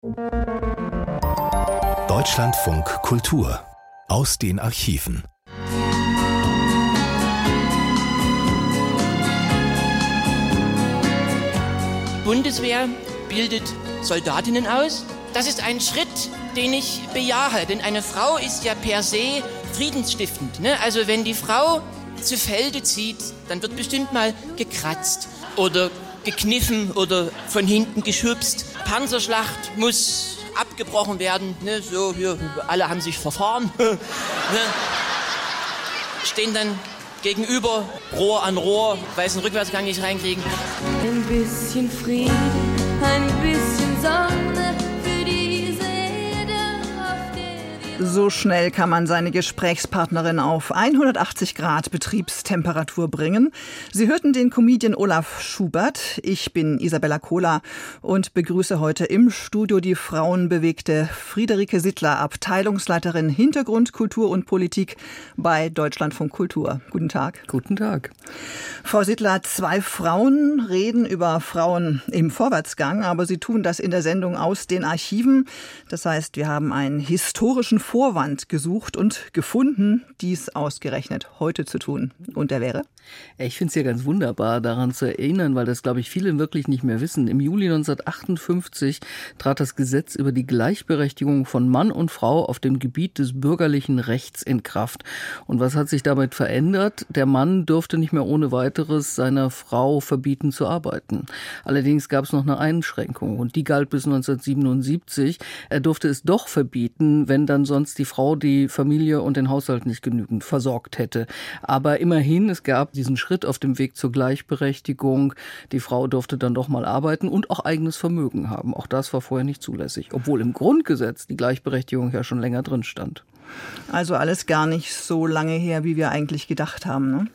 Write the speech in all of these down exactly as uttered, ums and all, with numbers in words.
Deutschlandfunk Kultur aus den Archiven. Die Bundeswehr bildet Soldatinnen aus. Das ist ein Schritt, den ich bejahe, denn eine Frau ist ja per se friedensstiftend. Ne? Also wenn die Frau zu Felde zieht, dann wird bestimmt mal gekratzt oder gekniffen oder von hinten geschubst. Panzerschlacht muss abgebrochen werden. Ne? So, hier, alle haben sich verfahren. Ne? Stehen dann gegenüber, Rohr an Rohr, weil sie einen Rückwärtsgang nicht reinkriegen. Ein bisschen Frieden, ein bisschen Sonne für diese Erde, auf der wir... So schnell kann man seine Gesprächspartnerin auf hundertachtzig Grad Betriebstemperatur bringen. Sie hörten den Comedian Olaf Schubert. Ich bin Isabella Kohler und begrüße heute im Studio die frauenbewegte Friederike Sittler, Abteilungsleiterin Hintergrund, Kultur und Politik bei Deutschlandfunk Kultur. Guten Tag. Guten Tag. Frau Sittler, zwei Frauen reden über Frauen im Vorwärtsgang, aber sie tun das in der Sendung aus den Archiven. Das heißt, wir haben einen historischen Vorwand gesucht und gefunden, dies ausgerechnet heute zu tun. Und der wäre? Ich finde es ja ganz wunderbar, daran zu erinnern, weil das, glaube ich, viele wirklich nicht mehr wissen. Im Juli neunzehnhundertachtundfünfzig trat das Gesetz über die Gleichberechtigung von Mann und Frau auf dem Gebiet des bürgerlichen Rechts in Kraft. Und was hat sich damit verändert? Der Mann durfte nicht mehr ohne weiteres seiner Frau verbieten zu arbeiten. Allerdings gab es noch eine Einschränkung und die galt bis neunzehnhundertsiebenundsiebzig. Er durfte es doch verbieten, wenn dann sonst die Frau die Familie und den Haushalt nicht genügend versorgt hätte. Aber immerhin, es gab diesen Schritt auf dem Weg zur Gleichberechtigung. Die Frau durfte dann doch mal arbeiten und auch eigenes Vermögen haben. Auch das war vorher nicht zulässig, obwohl im Grundgesetz die Gleichberechtigung ja schon länger drin stand. Also alles gar nicht so lange her, wie wir eigentlich gedacht haben, ne?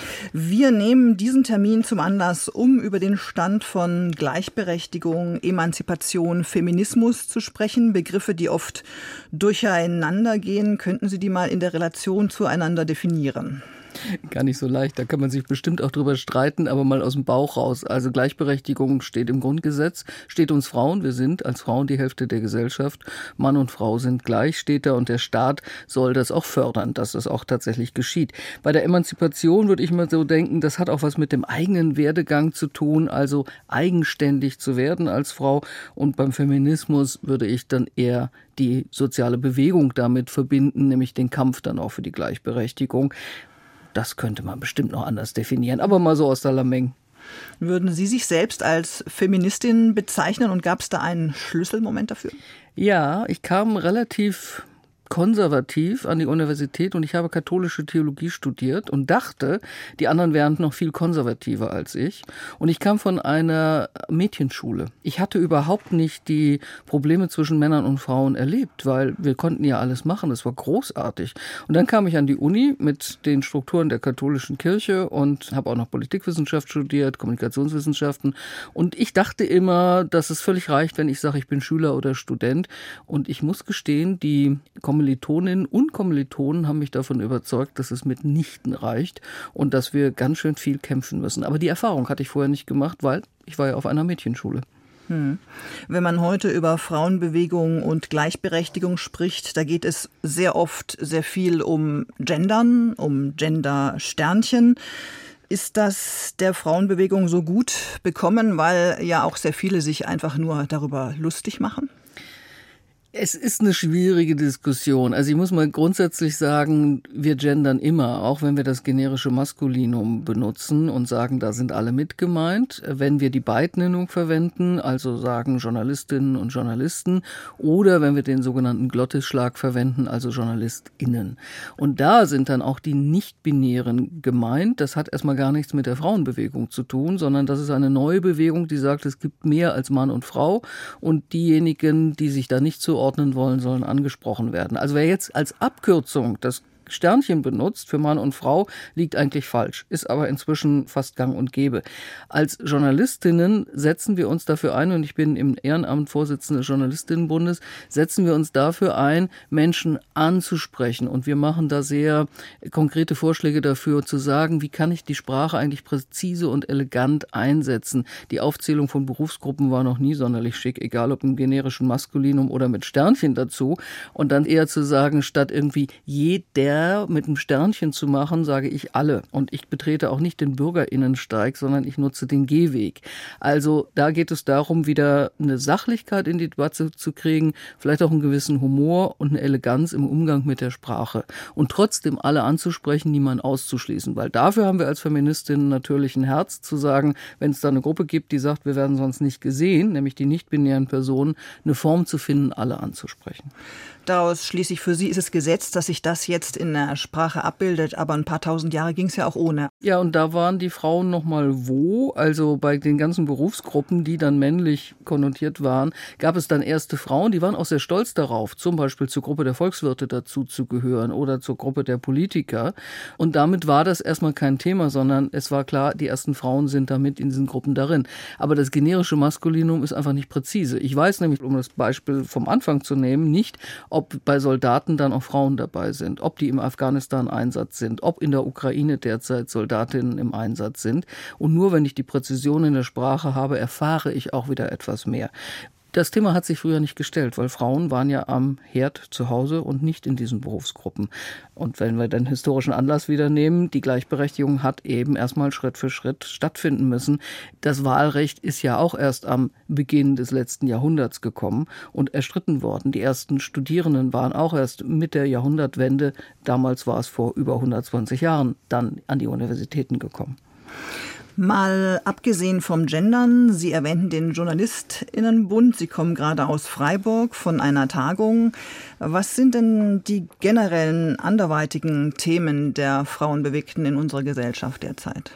Wir nehmen diesen Termin zum Anlass, um über den Stand von Gleichberechtigung, Emanzipation, Feminismus zu sprechen. Begriffe, die oft durcheinander gehen. Könnten Sie die mal in der Relation zueinander definieren? Gar nicht so leicht, da kann man sich bestimmt auch drüber streiten, aber mal aus dem Bauch raus. Also Gleichberechtigung steht im Grundgesetz, steht uns Frauen, wir sind als Frauen die Hälfte der Gesellschaft, Mann und Frau sind gleich, steht da und der Staat soll das auch fördern, dass das auch tatsächlich geschieht. Bei der Emanzipation würde ich mal so denken, das hat auch was mit dem eigenen Werdegang zu tun, also eigenständig zu werden als Frau, und beim Feminismus würde ich dann eher die soziale Bewegung damit verbinden, nämlich den Kampf dann auch für die Gleichberechtigung. Das könnte man bestimmt noch anders definieren, aber mal so aus der Lameng. Würden Sie sich selbst als Feministin bezeichnen und gab es da einen Schlüsselmoment dafür? Ja, ich kam relativ konservativ an die Universität und ich habe katholische Theologie studiert und dachte, die anderen wären noch viel konservativer als ich. Und ich kam von einer Mädchenschule. Ich hatte überhaupt nicht die Probleme zwischen Männern und Frauen erlebt, weil wir konnten ja alles machen. Das war großartig. Und dann kam ich an die Uni mit den Strukturen der katholischen Kirche und habe auch noch Politikwissenschaft studiert, Kommunikationswissenschaften. Und ich dachte immer, dass es völlig reicht, wenn ich sage, ich bin Schüler oder Student. Und ich muss gestehen, die Kommilitoninnen und Kommilitonen haben mich davon überzeugt, dass es mitnichten reicht und dass wir ganz schön viel kämpfen müssen. Aber die Erfahrung hatte ich vorher nicht gemacht, weil ich war ja auf einer Mädchenschule. Hm. Wenn man heute über Frauenbewegung und Gleichberechtigung spricht, da geht es sehr oft sehr viel um Gendern, um Gender-Sternchen. Ist das der Frauenbewegung so gut bekommen, weil ja auch sehr viele sich einfach nur darüber lustig machen? Es ist eine schwierige Diskussion. Also ich muss mal grundsätzlich sagen, wir gendern immer, auch wenn wir das generische Maskulinum benutzen und sagen, da sind alle mit gemeint. Wenn wir die Beidnennung verwenden, also sagen Journalistinnen und Journalisten, oder wenn wir den sogenannten Glottisschlag verwenden, also JournalistInnen. Und da sind dann auch die Nicht-Binären gemeint. Das hat erstmal gar nichts mit der Frauenbewegung zu tun, sondern das ist eine neue Bewegung, die sagt, es gibt mehr als Mann und Frau. Und diejenigen, die sich da nicht zuordnen wollen, sollen angesprochen werden. Also wer jetzt als Abkürzung das Sternchen benutzt für Mann und Frau, liegt eigentlich falsch, ist aber inzwischen fast gang und gäbe. Als Journalistinnen setzen wir uns dafür ein, und ich bin im Ehrenamt Vorsitzende des Journalistinnenbundes, setzen wir uns dafür ein, Menschen anzusprechen. Und wir machen da sehr konkrete Vorschläge dafür, zu sagen, wie kann ich die Sprache eigentlich präzise und elegant einsetzen. Die Aufzählung von Berufsgruppen war noch nie sonderlich schick, egal ob im generischen Maskulinum oder mit Sternchen dazu. Und dann eher zu sagen, statt irgendwie jeder mit einem Sternchen zu machen, sage ich alle. Und ich betrete auch nicht den BürgerInnensteig, sondern ich nutze den Gehweg. Also da geht es darum, wieder eine Sachlichkeit in die Debatte zu kriegen, vielleicht auch einen gewissen Humor und eine Eleganz im Umgang mit der Sprache. Und trotzdem alle anzusprechen, niemanden auszuschließen. Weil dafür haben wir als Feministinnen natürlich ein Herz, zu sagen, wenn es da eine Gruppe gibt, die sagt, wir werden sonst nicht gesehen, nämlich die nicht-binären Personen, eine Form zu finden, alle anzusprechen. Daraus schließlich für Sie ist es Gesetz, dass sich das jetzt in der Sprache abbildet, aber ein paar tausend Jahre ging es ja auch ohne. Ja, und da waren die Frauen noch mal wo, also bei den ganzen Berufsgruppen, die dann männlich konnotiert waren, gab es dann erste Frauen, die waren auch sehr stolz darauf, zum Beispiel zur Gruppe der Volkswirte dazu zu gehören oder zur Gruppe der Politiker. Und damit war das erstmal kein Thema, sondern es war klar, die ersten Frauen sind damit in diesen Gruppen darin. Aber das generische Maskulinum ist einfach nicht präzise. Ich weiß nämlich, um das Beispiel vom Anfang zu nehmen, nicht, ob bei Soldaten dann auch Frauen dabei sind, ob die im Afghanistan-Einsatz sind, ob in der Ukraine derzeit Soldatinnen im Einsatz sind. Und nur wenn ich die Präzision in der Sprache habe, erfahre ich auch wieder etwas mehr. Das Thema hat sich früher nicht gestellt, weil Frauen waren ja am Herd zu Hause und nicht in diesen Berufsgruppen. Und wenn wir den historischen Anlass wieder nehmen, die Gleichberechtigung hat eben erstmal Schritt für Schritt stattfinden müssen. Das Wahlrecht ist ja auch erst am Beginn des letzten Jahrhunderts gekommen und erstritten worden. Die ersten Studierenden waren auch erst mit der Jahrhundertwende, damals war es vor über hundertzwanzig Jahren, dann an die Universitäten gekommen. Mal abgesehen vom Gendern, Sie erwähnten den JournalistInnenbund, Sie kommen gerade aus Freiburg von einer Tagung. Was sind denn die generellen anderweitigen Themen der Frauenbewegten in unserer Gesellschaft derzeit?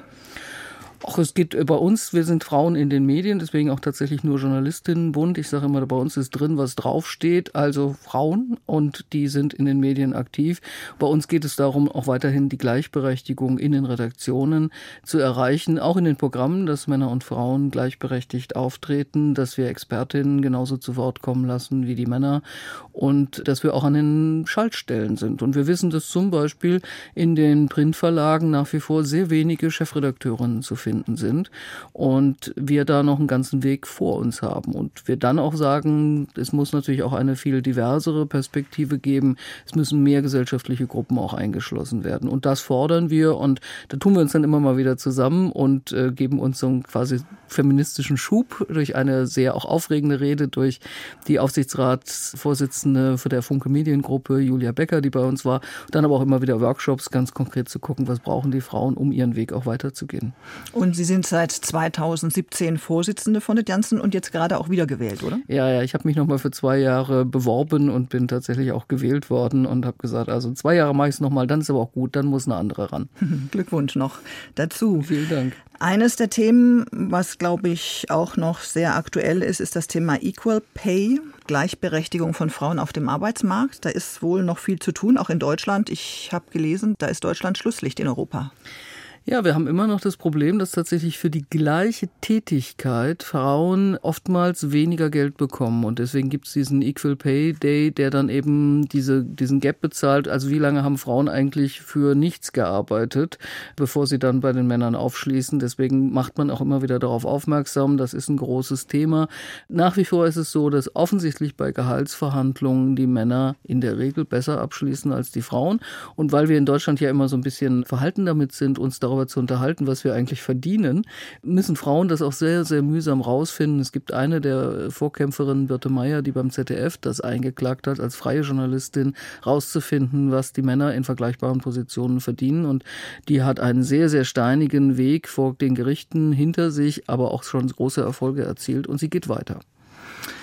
Ach, es geht bei uns, wir sind Frauen in den Medien, deswegen auch tatsächlich nur Journalistinnenbund. Ich sage immer, bei uns ist drin, was draufsteht, also Frauen, und die sind in den Medien aktiv. Bei uns geht es darum, auch weiterhin die Gleichberechtigung in den Redaktionen zu erreichen, auch in den Programmen, dass Männer und Frauen gleichberechtigt auftreten, dass wir Expertinnen genauso zu Wort kommen lassen wie die Männer und dass wir auch an den Schaltstellen sind. Und wir wissen, dass zum Beispiel in den Printverlagen nach wie vor sehr wenige Chefredakteurinnen zu finden sind und wir da noch einen ganzen Weg vor uns haben und wir dann auch sagen, es muss natürlich auch eine viel diversere Perspektive geben, es müssen mehr gesellschaftliche Gruppen auch eingeschlossen werden und das fordern wir und da tun wir uns dann immer mal wieder zusammen und äh, geben uns so einen quasi feministischen Schub durch eine sehr auch aufregende Rede durch die Aufsichtsratsvorsitzende für der Funke Mediengruppe, Julia Becker, die bei uns war, dann aber auch immer wieder Workshops, ganz konkret zu gucken, was brauchen die Frauen, um ihren Weg auch weiterzugehen. Und Sie sind seit zweitausendsiebzehn Vorsitzende von den Janssen und jetzt gerade auch wiedergewählt, oder? Ja, ja, ich habe mich nochmal für zwei Jahre beworben und bin tatsächlich auch gewählt worden und habe gesagt, also zwei Jahre mache ich es nochmal, dann ist aber auch gut, dann muss eine andere ran. Glückwunsch noch dazu. Vielen Dank. Eines der Themen, was, glaube ich, auch noch sehr aktuell ist, ist das Thema Equal Pay, Gleichberechtigung von Frauen auf dem Arbeitsmarkt. Da ist wohl noch viel zu tun, auch in Deutschland. Ich habe gelesen, da ist Deutschland Schlusslicht in Europa. Ja, wir haben immer noch das Problem, dass tatsächlich für die gleiche Tätigkeit Frauen oftmals weniger Geld bekommen. Und deswegen gibt es diesen Equal Pay Day, der dann eben diese, diesen Gap bezahlt. Also wie lange haben Frauen eigentlich für nichts gearbeitet, bevor sie dann bei den Männern aufschließen. Deswegen macht man auch immer wieder darauf aufmerksam. Das ist ein großes Thema. Nach wie vor ist es so, dass offensichtlich bei Gehaltsverhandlungen die Männer in der Regel besser abschließen als die Frauen. Und weil wir in Deutschland ja immer so ein bisschen verhalten damit sind, uns darüber zu unterhalten, was wir eigentlich verdienen, müssen Frauen das auch sehr, sehr mühsam rausfinden. Es gibt eine der Vorkämpferinnen, Birte Meyer, die beim Z D F das eingeklagt hat, als freie Journalistin rauszufinden, was die Männer in vergleichbaren Positionen verdienen. Und die hat einen sehr, sehr steinigen Weg vor den Gerichten hinter sich, aber auch schon große Erfolge erzielt und sie geht weiter.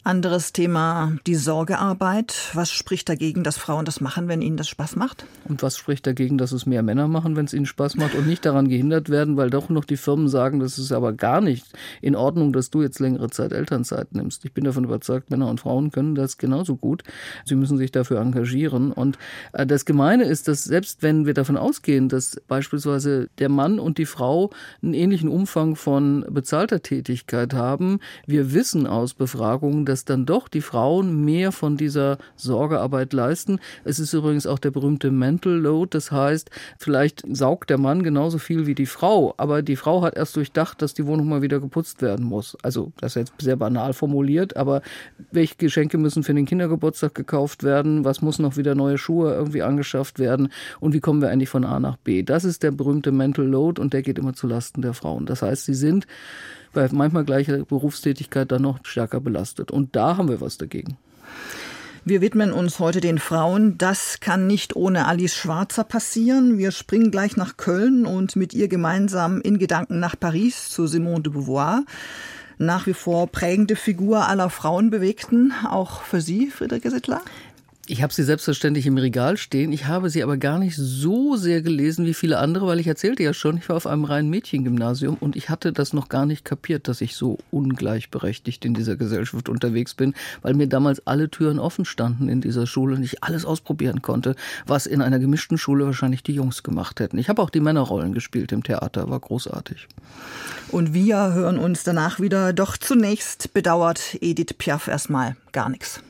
Anderes Thema, die Sorgearbeit. Was spricht dagegen, dass Frauen das machen, wenn ihnen das Spaß macht? Und was spricht dagegen, dass es mehr Männer machen, wenn es ihnen Spaß macht und nicht daran gehindert werden, weil doch noch die Firmen sagen, das ist aber gar nicht in Ordnung, dass du jetzt längere Zeit Elternzeit nimmst. Ich bin davon überzeugt, Männer und Frauen können das genauso gut. Sie müssen sich dafür engagieren. Und das Gemeine ist, dass selbst wenn wir davon ausgehen, dass beispielsweise der Mann und die Frau einen ähnlichen Umfang von bezahlter Tätigkeit haben, wir wissen aus Befragungen, dass dann doch die Frauen mehr von dieser Sorgearbeit leisten. Es ist übrigens auch der berühmte Mental Load, das heißt, vielleicht saugt der Mann genauso viel wie die Frau, aber die Frau hat erst durchdacht, dass die Wohnung mal wieder geputzt werden muss. Also das ist jetzt sehr banal formuliert, aber welche Geschenke müssen für den Kindergeburtstag gekauft werden, was muss noch wieder neue Schuhe irgendwie angeschafft werden und wie kommen wir eigentlich von A nach B? Das ist der berühmte Mental Load und der geht immer zu Lasten der Frauen. Das heißt, sie sind bei manchmal gleicher Berufstätigkeit dann noch stärker belastet. Und da haben wir was dagegen. Wir widmen uns heute den Frauen. Das kann nicht ohne Alice Schwarzer passieren. Wir springen gleich nach Köln und mit ihr gemeinsam in Gedanken nach Paris zu Simone de Beauvoir. Nach wie vor prägende Figur aller Frauenbewegten, auch für Sie, Friederike Sittler? Ich habe sie selbstverständlich im Regal stehen. Ich habe sie aber gar nicht so sehr gelesen wie viele andere, weil ich erzählte ja schon, ich war auf einem reinen Mädchengymnasium und ich hatte das noch gar nicht kapiert, dass ich so ungleichberechtigt in dieser Gesellschaft unterwegs bin, weil mir damals alle Türen offen standen in dieser Schule und ich alles ausprobieren konnte, was in einer gemischten Schule wahrscheinlich die Jungs gemacht hätten. Ich habe auch die Männerrollen gespielt im Theater, war großartig. Und wir hören uns danach wieder. Doch zunächst bedauert Edith Piaf erstmal gar nichts.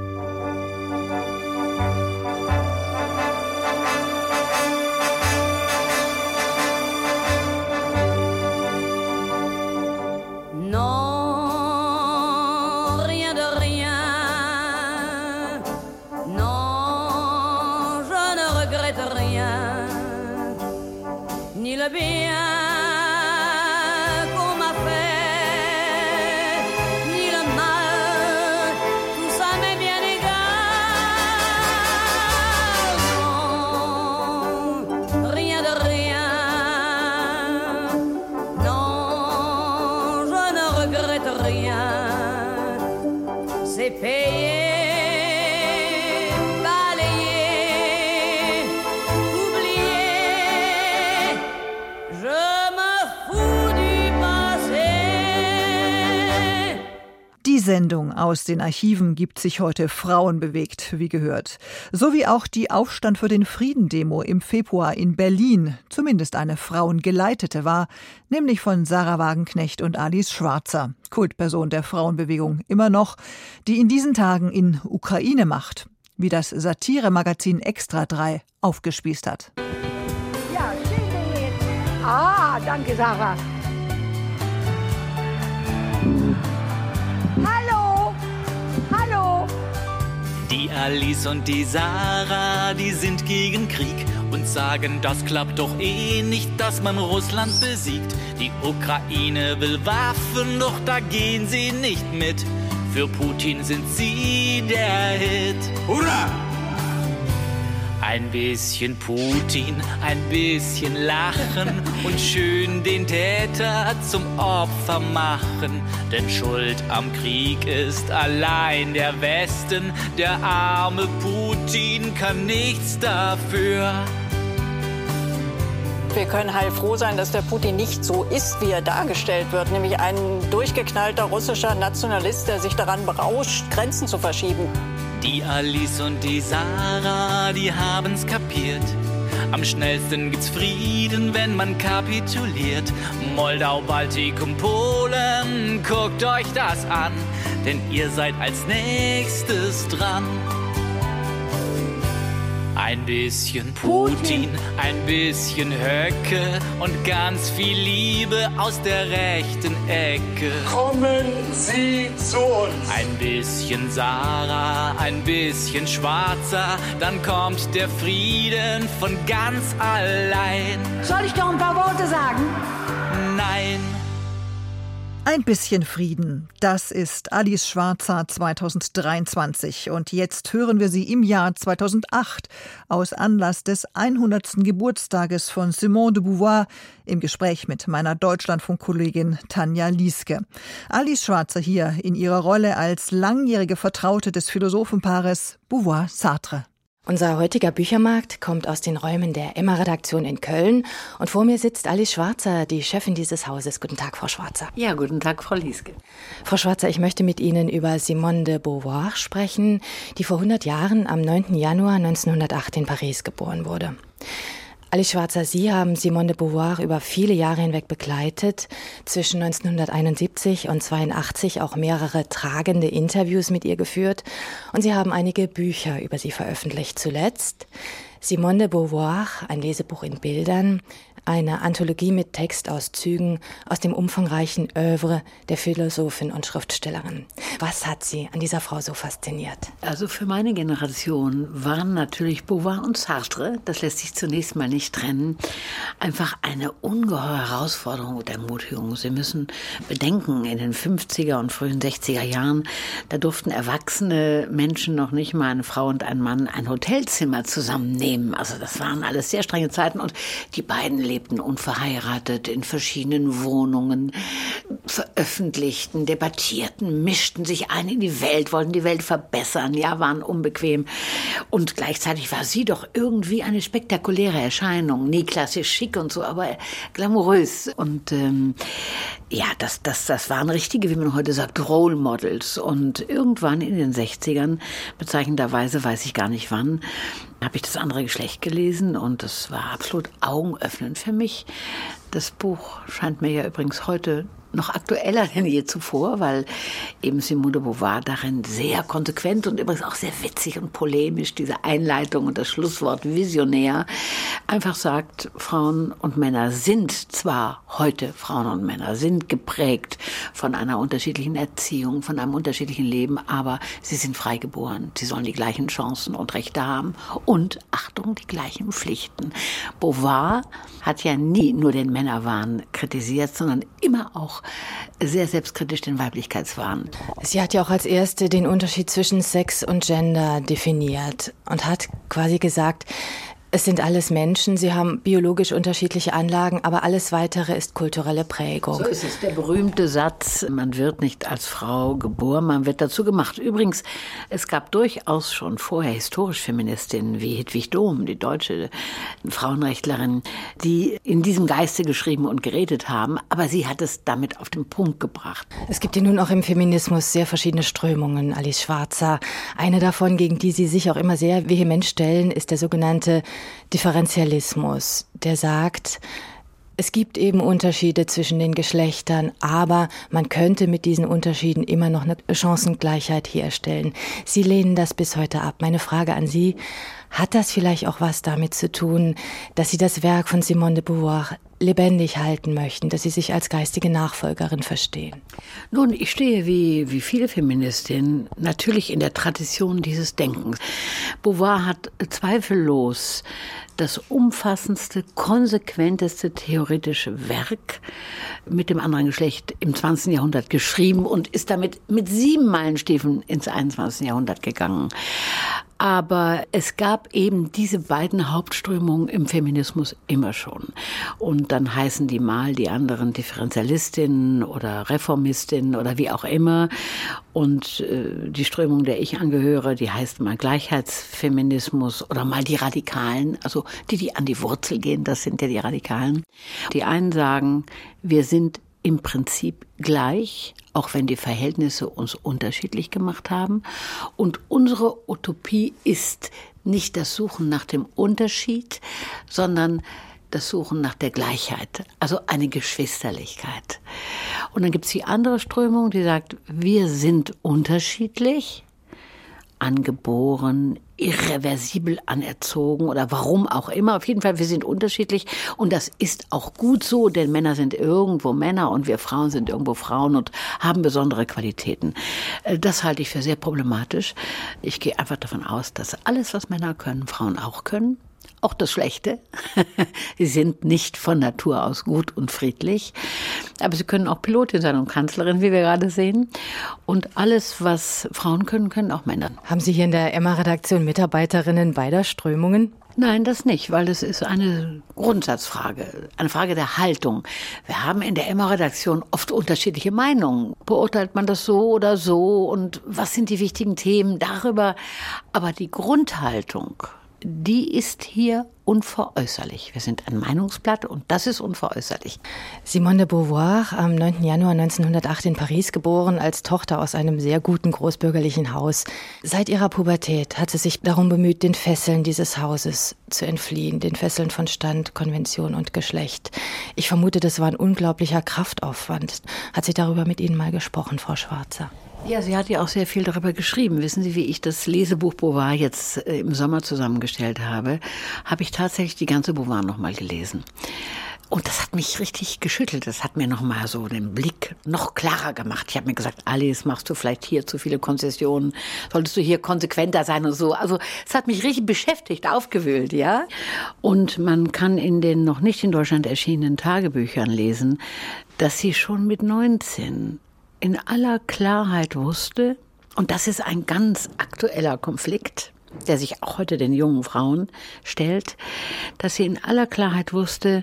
Le bien qu'on m'a fait, ni le mal, tout ça m'est bien égal. Non, rien de rien. Non, je ne regrette rien. C'est payé. Die Sendung aus den Archiven gibt sich heute Frauenbewegt, wie gehört. So wie auch die Aufstand für den Frieden-Demo im Februar in Berlin zumindest eine frauengeleitete war, nämlich von Sarah Wagenknecht und Alice Schwarzer, Kultperson der Frauenbewegung immer noch, die in diesen Tagen in Ukraine macht, wie das Satiremagazin Extra drei aufgespießt hat. Ja, schön. Ah, danke, Sarah. Hallo, hallo. Die Alice und die Sarah, die sind gegen Krieg und sagen, das klappt doch eh nicht, dass man Russland besiegt. Die Ukraine will Waffen, doch da gehen sie nicht mit. Für Putin sind sie der Hit. Hurra! Ein bisschen Putin, ein bisschen lachen und schön den Täter zum Opfer machen. Denn Schuld am Krieg ist allein der Westen. Der arme Putin kann nichts dafür. Wir können heilfroh sein, dass der Putin nicht so ist, wie er dargestellt wird. Nämlich ein durchgeknallter russischer Nationalist, der sich daran berauscht, Grenzen zu verschieben. Die Alice und die Sarah, die haben's kapiert. Am schnellsten gibt's Frieden, wenn man kapituliert. Moldau, Baltikum, Polen, guckt euch das an, denn ihr seid als nächstes dran. Ein bisschen Putin, ein bisschen Höcke und ganz viel Liebe aus der rechten Ecke. Kommen Sie zu uns. Ein bisschen Sarah, ein bisschen Schwarzer, dann kommt der Frieden von ganz allein. Soll ich doch ein paar Worte sagen? Nein. Ein bisschen Frieden, das ist Alice Schwarzer zweitausenddreiundzwanzig und jetzt hören wir sie im Jahr zweitausendacht aus Anlass des hundertsten Geburtstages von Simone de Beauvoir im Gespräch mit meiner Deutschlandfunk-Kollegin Tanja Lieske. Alice Schwarzer hier in ihrer Rolle als langjährige Vertraute des Philosophenpaares Beauvoir-Sartre. Unser heutiger Büchermarkt kommt aus den Räumen der Emma-Redaktion in Köln. Und vor mir sitzt Alice Schwarzer, die Chefin dieses Hauses. Guten Tag, Frau Schwarzer. Ja, guten Tag, Frau Lieske. Frau Schwarzer, ich möchte mit Ihnen über Simone de Beauvoir sprechen, die vor hundert Jahren am neunten Januar neunzehnhundertacht in Paris geboren wurde. Alice Schwarzer, Sie haben Simone de Beauvoir über viele Jahre hinweg begleitet, zwischen neunzehnhunderteinundsiebzig und zweiundachtzig auch mehrere tragende Interviews mit ihr geführt und Sie haben einige Bücher über sie veröffentlicht. Zuletzt Simone de Beauvoir, ein Lesebuch in Bildern, eine Anthologie mit Textauszügen aus dem umfangreichen Œuvre der Philosophin und Schriftstellerin. Was hat Sie an dieser Frau so fasziniert? Also für meine Generation waren natürlich Beauvoir und Sartre, das lässt sich zunächst mal nicht trennen, einfach eine ungeheure Herausforderung und Ermutigung. Sie müssen bedenken, in den fünfziger und frühen sechziger Jahren, da durften erwachsene Menschen noch nicht mal, eine Frau und ein Mann, ein Hotelzimmer zusammennehmen. Also das waren alles sehr strenge Zeiten und die beiden lebten unverheiratet in verschiedenen Wohnungen, veröffentlichten, debattierten, mischten sich ein in die Welt, wollten die Welt verbessern, ja, waren unbequem. Und gleichzeitig war sie doch irgendwie eine spektakuläre Erscheinung, nie klassisch schick und so, aber glamourös. Und ähm, ja, das, das, das waren richtige, wie man heute sagt, Role Models. Und irgendwann in den sechzigern, bezeichnenderweise weiß ich gar nicht wann, habe ich das andere Geschlecht gelesen und das war absolut augenöffnend für mich. Das Buch scheint mir ja übrigens heute noch aktueller denn je zuvor, weil eben Simone de Beauvoir darin sehr konsequent und übrigens auch sehr witzig und polemisch, diese Einleitung und das Schlusswort visionär, einfach sagt, Frauen und Männer sind zwar heute, Frauen und Männer sind geprägt von einer unterschiedlichen Erziehung, von einem unterschiedlichen Leben, aber sie sind frei geboren. Sie sollen die gleichen Chancen und Rechte haben und, Achtung, die gleichen Pflichten. Beauvoir hat ja nie nur den Männerwahn kritisiert, sondern immer auch sehr selbstkritisch den Weiblichkeitswahn. Sie hat ja auch als erste den Unterschied zwischen Sex und Gender definiert und hat quasi gesagt, es sind alles Menschen, sie haben biologisch unterschiedliche Anlagen, aber alles Weitere ist kulturelle Prägung. So ist es, der berühmte Satz, man wird nicht als Frau geboren, man wird dazu gemacht. Übrigens, es gab durchaus schon vorher historisch Feministinnen wie Hedwig Dohm, die deutsche Frauenrechtlerin, die in diesem Geiste geschrieben und geredet haben, aber sie hat es damit auf den Punkt gebracht. Es gibt ja nun auch im Feminismus sehr verschiedene Strömungen, Alice Schwarzer. Eine davon, gegen die Sie sich auch immer sehr vehement stellen, ist der sogenannte Differentialismus, der sagt, es gibt eben Unterschiede zwischen den Geschlechtern, aber man könnte mit diesen Unterschieden immer noch eine Chancengleichheit herstellen. Sie lehnen das bis heute ab. Meine Frage an Sie, hat das vielleicht auch was damit zu tun, dass Sie das Werk von Simone de Beauvoir lebendig halten möchten, dass Sie sich als geistige Nachfolgerin verstehen? Nun, ich stehe wie, wie viele Feministinnen natürlich in der Tradition dieses Denkens. Beauvoir hat zweifellos das umfassendste, konsequenteste theoretische Werk mit dem anderen Geschlecht im zwanzigsten Jahrhundert geschrieben und ist damit mit sieben Meilenstiefeln ins einundzwanzigsten Jahrhundert gegangen. Aber es gab eben diese beiden Hauptströmungen im Feminismus immer schon. Und dann heißen die mal die anderen Differentialistinnen oder Reformistinnen oder wie auch immer. Und äh, die Strömung, der ich angehöre, die heißt mal Gleichheitsfeminismus oder mal die Radikalen. Also die, die an die Wurzel gehen, das sind ja die Radikalen. Die einen sagen, wir sind im Prinzip gleich, auch wenn die Verhältnisse uns unterschiedlich gemacht haben. Und unsere Utopie ist nicht das Suchen nach dem Unterschied, sondern das Suchen nach der Gleichheit, also eine Geschwisterlichkeit. Und dann gibt es die andere Strömung, die sagt, wir sind unterschiedlich, angeboren, irreversibel anerzogen oder warum auch immer. Auf jeden Fall, wir sind unterschiedlich und das ist auch gut so, denn Männer sind irgendwo Männer und wir Frauen sind irgendwo Frauen und haben besondere Qualitäten. Das halte ich für sehr problematisch. Ich gehe einfach davon aus, dass alles, was Männer können, Frauen auch können. auch das Schlechte. Sie sind nicht von Natur aus gut und friedlich, aber sie können auch Pilotin sein und Kanzlerin, wie wir gerade sehen. Und alles, was Frauen können, können auch Männer. Haben Sie hier in der Emma-Redaktion Mitarbeiterinnen beider Strömungen? Nein, das nicht, weil es ist eine Grundsatzfrage, eine Frage der Haltung. Wir haben in der Emma-Redaktion oft unterschiedliche Meinungen. Beurteilt man das so oder so und was sind die wichtigen Themen darüber? Aber die Grundhaltung, die ist hier unveräußerlich. Wir sind ein Meinungsblatt und das ist unveräußerlich. Simone de Beauvoir, am neunten Januar neunzehnhundertacht in Paris geboren, als Tochter aus einem sehr guten großbürgerlichen Haus. Seit ihrer Pubertät hat sie sich darum bemüht, den Fesseln dieses Hauses zu entfliehen, den Fesseln von Stand, Konvention und Geschlecht. Ich vermute, das war ein unglaublicher Kraftaufwand. Hat sie darüber mit Ihnen mal gesprochen, Frau Schwarzer? Ja, sie hat ja auch sehr viel darüber geschrieben. Wissen Sie, wie ich das Lesebuch Beauvoir jetzt äh, im Sommer zusammengestellt habe, habe ich tatsächlich die ganze Beauvoir noch mal gelesen. Und das hat mich richtig geschüttelt. Das hat mir noch mal so den Blick noch klarer gemacht. Ich habe mir gesagt, Alice, machst du vielleicht hier zu viele Konzessionen? Solltest du hier konsequenter sein und so? Also es hat mich richtig beschäftigt, aufgewühlt, ja. Und man kann in den noch nicht in Deutschland erschienenen Tagebüchern lesen, dass sie schon mit neunzehn in aller Klarheit wusste, und das ist ein ganz aktueller Konflikt, der sich auch heute den jungen Frauen stellt, dass sie in aller Klarheit wusste,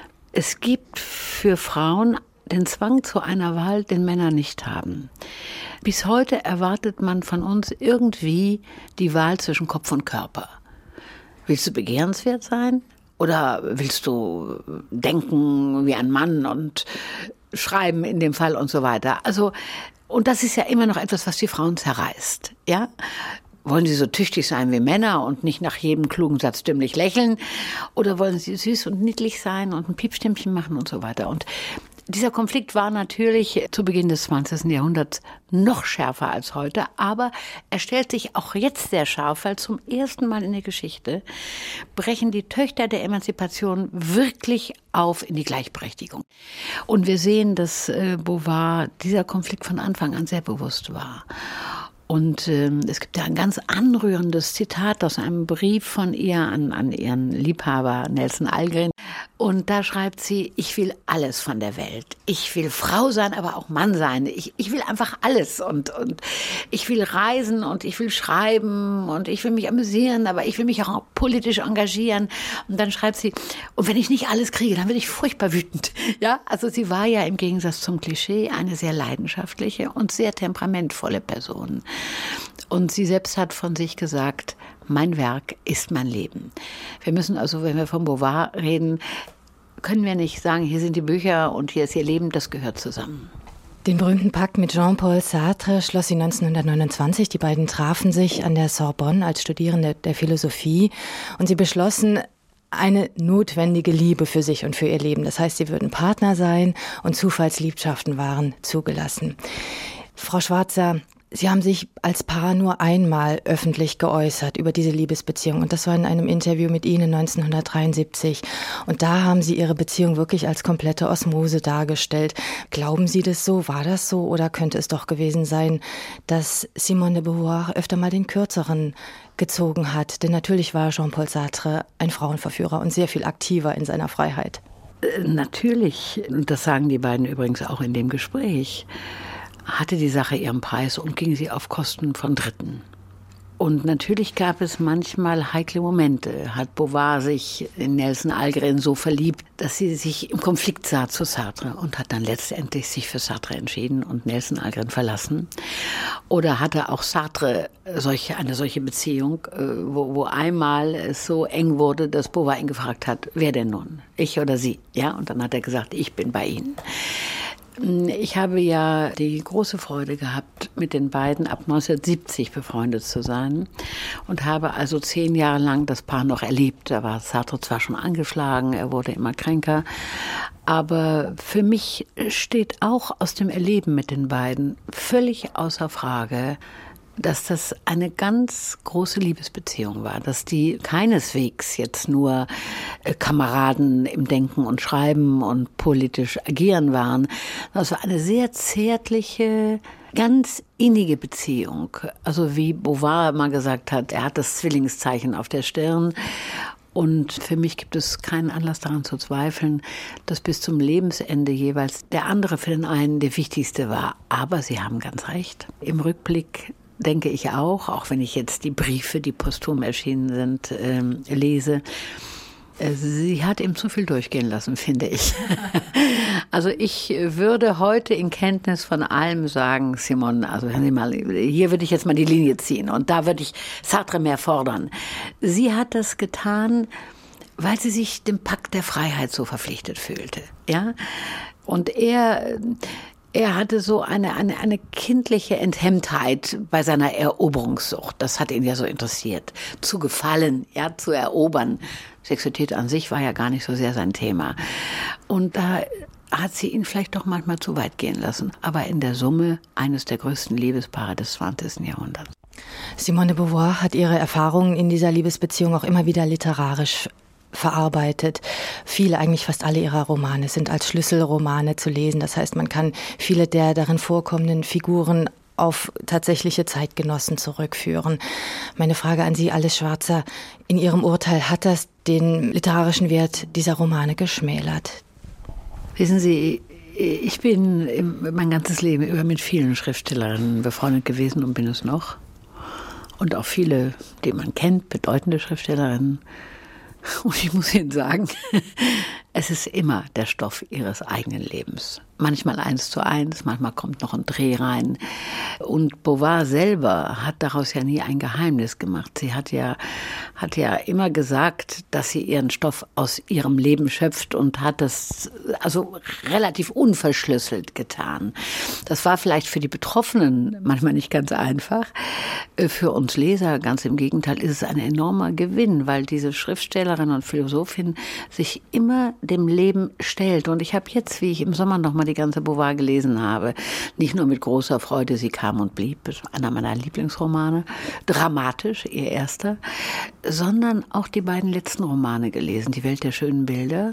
es gibt für Frauen den Zwang zu einer Wahl, den Männer nicht haben. Bis heute erwartet man von uns irgendwie die Wahl zwischen Kopf und Körper. Willst du begehrenswert sein? Oder willst du denken wie ein Mann und schreiben in dem Fall und so weiter? Also, und das ist ja immer noch etwas, was die Frauen zerreißt, ja? Wollen sie so tüchtig sein wie Männer und nicht nach jedem klugen Satz dümmlich lächeln? Oder wollen sie süß und niedlich sein und ein Piepstimmchen machen und so weiter? Und dieser Konflikt war natürlich zu Beginn des zwanzigsten Jahrhunderts noch schärfer als heute, aber er stellt sich auch jetzt sehr scharf, weil zum ersten Mal in der Geschichte brechen die Töchter der Emanzipation wirklich auf in die Gleichberechtigung. Und wir sehen, dass äh, Beauvoir dieser Konflikt von Anfang an sehr bewusst war. Und ähm, es gibt ja ein ganz anrührendes Zitat aus einem Brief von ihr an, an ihren Liebhaber Nelson Algren. Und da schreibt sie, ich will alles von der Welt. Ich will Frau sein, aber auch Mann sein. Ich, ich will einfach alles. Und, und ich will reisen und ich will schreiben und ich will mich amüsieren, aber ich will mich auch politisch engagieren. Und dann schreibt sie, und wenn ich nicht alles kriege, dann werde ich furchtbar wütend. Ja, also sie war ja im Gegensatz zum Klischee eine sehr leidenschaftliche und sehr temperamentvolle Person. Und sie selbst hat von sich gesagt, mein Werk ist mein Leben. Wir müssen also, wenn wir von Beauvoir reden, können wir nicht sagen, hier sind die Bücher und hier ist ihr Leben, das gehört zusammen. Den berühmten Pakt mit Jean-Paul Sartre schloss sie neunzehnhundertneunundzwanzig. Die beiden trafen sich an der Sorbonne als Studierende der Philosophie und sie beschlossen, eine notwendige Liebe für sich und für ihr Leben. Das heißt, sie würden Partner sein und Zufallsliebschaften waren zugelassen. Frau Schwarzer, Sie haben sich als Paar nur einmal öffentlich geäußert über diese Liebesbeziehung und das war in einem Interview mit Ihnen neunzehnhundertdreiundsiebzig. Und da haben Sie Ihre Beziehung wirklich als komplette Osmose dargestellt. Glauben Sie das so? War das so? Oder könnte es doch gewesen sein, dass Simone de Beauvoir öfter mal den Kürzeren gezogen hat? Denn natürlich war Jean-Paul Sartre ein Frauenverführer und sehr viel aktiver in seiner Freiheit. Natürlich, das sagen die beiden übrigens auch in dem Gespräch, hatte die Sache ihren Preis und ging sie auf Kosten von Dritten. Und natürlich gab es manchmal heikle Momente. Hat Beauvoir sich in Nelson Algren so verliebt, dass sie sich im Konflikt sah zu Sartre und hat dann letztendlich sich für Sartre entschieden und Nelson Algren verlassen. Oder hatte auch Sartre solche, eine solche Beziehung, wo, wo einmal es so eng wurde, dass Beauvoir ihn gefragt hat, wer denn nun, ich oder sie? Ja, und dann hat er gesagt, ich bin bei Ihnen. Ich habe ja die große Freude gehabt, mit den beiden ab neunzehnhundertsiebzig befreundet zu sein und habe also zehn Jahre lang das Paar noch erlebt. Da war Sartre zwar schon angeschlagen, er wurde immer kränker, aber für mich steht auch aus dem Erleben mit den beiden völlig außer Frage, dass das eine ganz große Liebesbeziehung war, dass die keineswegs jetzt nur Kameraden im Denken und Schreiben und politisch agieren waren. Das war eine sehr zärtliche, ganz innige Beziehung. Also wie Beauvoir mal gesagt hat, er hat das Zwillingszeichen auf der Stirn Und für mich gibt es keinen Anlass daran zu zweifeln, dass bis zum Lebensende jeweils der andere für den einen der wichtigste war. Aber Sie haben ganz recht. Im Rückblick denke ich auch, auch wenn ich jetzt die Briefe, die posthum erschienen sind, ähm, lese, sie hat ihm zu viel durchgehen lassen, finde ich. Also ich würde heute in Kenntnis von allem sagen, Simone, also hören Sie mal, hier würde ich jetzt mal die Linie ziehen und da würde ich Sartre mehr fordern. Sie hat das getan, weil sie sich dem Pakt der Freiheit so verpflichtet fühlte. Ja? Und er... Er hatte so eine, eine, eine kindliche Enthemmtheit bei seiner Eroberungssucht. Das hat ihn ja so interessiert. Zu gefallen, ja, zu erobern. Sexualität an sich war ja gar nicht so sehr sein Thema. Und da hat sie ihn vielleicht doch manchmal zu weit gehen lassen. Aber in der Summe eines der größten Liebespaare des zwanzigsten Jahrhunderts. Simone de Beauvoir hat ihre Erfahrungen in dieser Liebesbeziehung auch immer wieder literarisch verarbeitet. Viele, eigentlich fast alle ihrer Romane sind als Schlüsselromane zu lesen. Das heißt, man kann viele der darin vorkommenden Figuren auf tatsächliche Zeitgenossen zurückführen. Meine Frage an Sie, Alice Schwarzer, in Ihrem Urteil, hat das den literarischen Wert dieser Romane geschmälert? Wissen Sie, ich bin mein ganzes Leben über mit vielen Schriftstellerinnen befreundet gewesen und bin es noch. Und auch viele, die man kennt, bedeutende Schriftstellerinnen. Und ich muss Ihnen sagen, es ist immer der Stoff Ihres eigenen Lebens. Manchmal eins zu eins, manchmal kommt noch ein Dreh rein. Und Beauvoir selber hat daraus ja nie ein Geheimnis gemacht. Sie hat ja, hat ja immer gesagt, dass sie ihren Stoff aus ihrem Leben schöpft und hat das also relativ unverschlüsselt getan. Das war vielleicht für die Betroffenen manchmal nicht ganz einfach. Für uns Leser, ganz im Gegenteil, ist es ein enormer Gewinn, weil diese Schriftstellerin und Philosophin sich immer dem Leben stellt. Und ich habe jetzt, wie ich im Sommer noch mal die ganze Beauvoir gelesen habe, nicht nur mit großer Freude, sie kam und blieb, einer meiner Lieblingsromane, dramatisch, ihr erster, sondern auch die beiden letzten Romane gelesen, Die Welt der schönen Bilder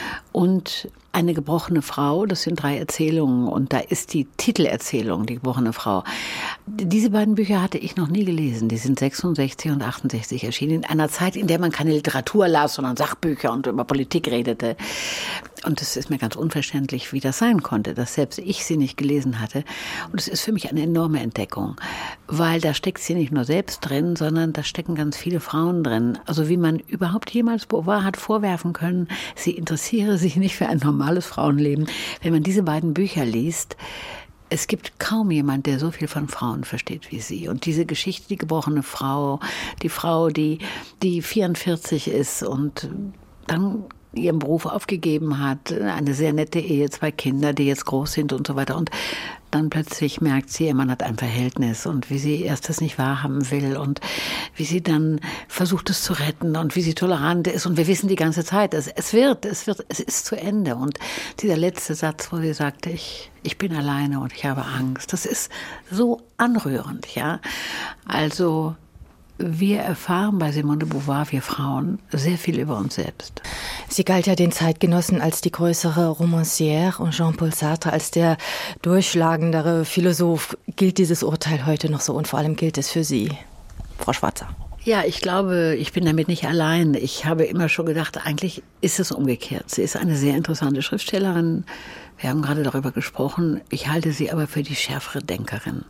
und Eine gebrochene Frau. Das sind drei Erzählungen und da ist die Titelerzählung, Die gebrochene Frau. Diese beiden Bücher hatte ich noch nie gelesen. Die sind sechsundsechzig und achtundsechzig erschienen, in einer Zeit, in der man keine Literatur las, sondern Sachbücher und über Politik redete. Und es ist mir ganz unverständlich, wie das sein konnte, dass selbst ich sie nicht gelesen hatte. Und es ist für mich eine enorme Entdeckung, weil da steckt sie nicht nur selbst drin, sondern da stecken ganz viele Frauen drin. Also wie man überhaupt jemals Beauvoir hat vorwerfen können, sie interessiere sich nicht für ein normales Frauenleben. Wenn man diese beiden Bücher liest, es gibt kaum jemand, der so viel von Frauen versteht wie sie. Und diese Geschichte, die gebrochene Frau, die Frau, die, die vierundvierzig ist und dann ihren Beruf aufgegeben hat, eine sehr nette Ehe, zwei Kinder, die jetzt groß sind und so weiter. Und dann plötzlich merkt sie, ihr Mann hat ein Verhältnis und wie sie erst das nicht wahrhaben will und wie sie dann versucht, es zu retten und wie sie tolerant ist. Und wir wissen die ganze Zeit, es, es wird, es wird, es ist zu Ende. Und dieser letzte Satz, wo sie sagte, ich, ich bin alleine und ich habe Angst, das ist so anrührend, ja. Also, wir erfahren bei Simone de Beauvoir, wir Frauen, sehr viel über uns selbst. Sie galt ja den Zeitgenossen als die größere Romancière und Jean-Paul Sartre als der durchschlagendere Philosoph. Gilt dieses Urteil heute noch so und vor allem gilt es für Sie, Frau Schwarzer? Ja, ich glaube, ich bin damit nicht allein. Ich habe immer schon gedacht, eigentlich ist es umgekehrt. Sie ist eine sehr interessante Schriftstellerin. Wir haben gerade darüber gesprochen. Ich halte sie aber für die schärfere Denkerin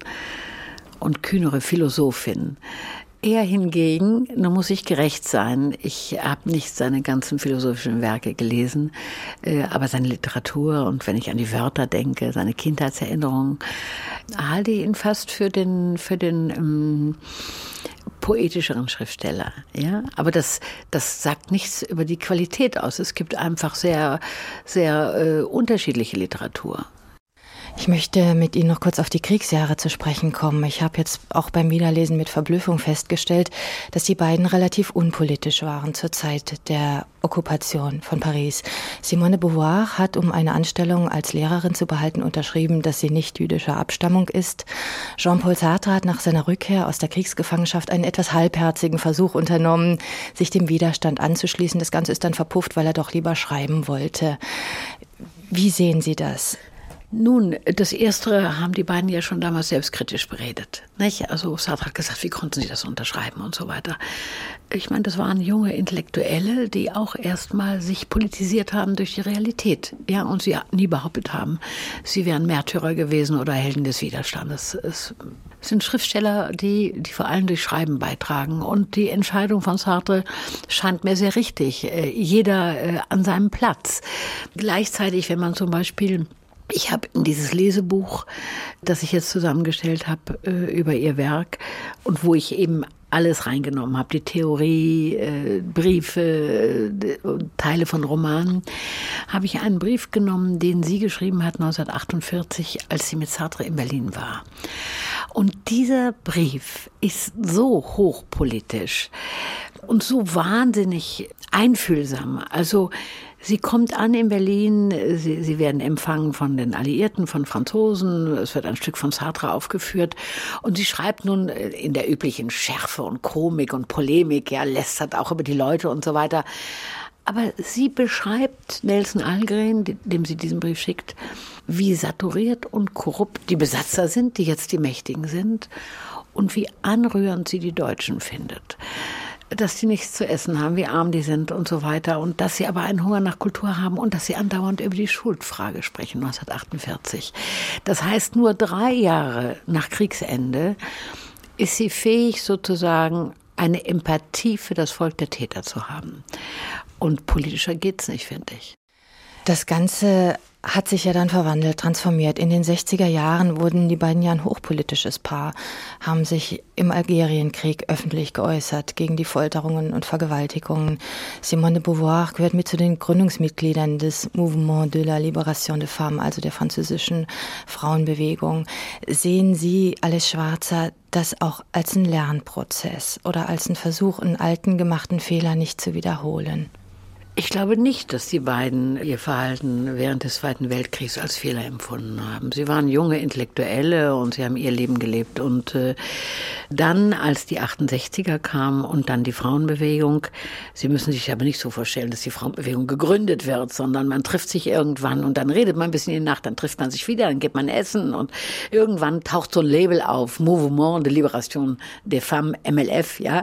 und kühnere Philosophin. Er hingegen, nun muss ich gerecht sein, ich habe nicht seine ganzen philosophischen Werke gelesen, äh, aber seine Literatur und wenn ich an die Wörter denke, seine Kindheitserinnerungen, halte ich ihn fast für den, für den ähm, poetischeren Schriftsteller. Ja? Aber das, das sagt nichts über die Qualität aus. Es gibt einfach sehr, sehr äh, unterschiedliche Literatur. Ich möchte mit Ihnen noch kurz auf die Kriegsjahre zu sprechen kommen. Ich habe jetzt auch beim Wiederlesen mit Verblüffung festgestellt, dass die beiden relativ unpolitisch waren zur Zeit der Okkupation von Paris. Simone de Beauvoir hat, um eine Anstellung als Lehrerin zu behalten, unterschrieben, dass sie nicht jüdischer Abstammung ist. Jean-Paul Sartre hat nach seiner Rückkehr aus der Kriegsgefangenschaft einen etwas halbherzigen Versuch unternommen, sich dem Widerstand anzuschließen. Das Ganze ist dann verpufft, weil er doch lieber schreiben wollte. Wie sehen Sie das? Nun, das Erste haben die beiden ja schon damals selbstkritisch beredet. Nicht? Also Sartre hat gesagt, wie konnten Sie das unterschreiben und so weiter. Ich meine, das waren junge Intellektuelle, die auch erstmal sich politisiert haben durch die Realität. Ja, und sie nie behauptet haben, sie wären Märtyrer gewesen oder Helden des Widerstandes. Es sind Schriftsteller, die, die vor allem durch Schreiben beitragen. Und die Entscheidung von Sartre scheint mir sehr richtig. Jeder an seinem Platz. Gleichzeitig, wenn man zum Beispiel... Ich habe in dieses Lesebuch, das ich jetzt zusammengestellt habe äh, über ihr Werk und wo ich eben alles reingenommen habe, die Theorie, äh, Briefe, äh, Teile von Romanen, habe ich einen Brief genommen, den sie geschrieben hat neunzehnhundertachtundvierzig, als sie mit Sartre in Berlin war. Und dieser Brief ist so hochpolitisch und so wahnsinnig einfühlsam. Also sie kommt an in Berlin, sie, sie werden empfangen von den Alliierten, von Franzosen, es wird ein Stück von Sartre aufgeführt und sie schreibt nun in der üblichen Schärfe und Komik und Polemik, ja, lästert auch über die Leute und so weiter. Aber sie beschreibt Nelson Algren, dem sie diesen Brief schickt, wie saturiert und korrupt die Besatzer sind, die jetzt die Mächtigen sind, und wie anrührend sie die Deutschen findet. Dass die nichts zu essen haben, wie arm die sind und so weiter, und dass sie aber einen Hunger nach Kultur haben und dass sie andauernd über die Schuldfrage sprechen, neunzehnhundertachtundvierzig. Das heißt, nur drei Jahre nach Kriegsende ist sie fähig, sozusagen eine Empathie für das Volk der Täter zu haben. Und politischer geht's nicht, finde ich. Das Ganze hat sich ja dann verwandelt, transformiert. In den sechziger Jahren wurden die beiden ja ein hochpolitisches Paar, haben sich im Algerienkrieg öffentlich geäußert gegen die Folterungen und Vergewaltigungen. Simone de Beauvoir gehört mit zu den Gründungsmitgliedern des Mouvement de la Libération des Femmes, also der französischen Frauenbewegung. Sehen Sie, Alice Schwarzer, das auch als einen Lernprozess oder als einen Versuch, einen alten gemachten Fehler nicht zu wiederholen? Ich glaube nicht, dass die beiden ihr Verhalten während des Zweiten Weltkriegs als Fehler empfunden haben. Sie waren junge Intellektuelle und sie haben ihr Leben gelebt. Und äh, dann, als die achtundsechziger kamen und dann die Frauenbewegung, Sie müssen sich aber nicht so vorstellen, dass die Frauenbewegung gegründet wird, sondern man trifft sich irgendwann und dann redet man ein bisschen in die Nacht, dann trifft man sich wieder, dann geht man essen und irgendwann taucht so ein Label auf, Mouvement de Libération des Femmes, M L F, ja.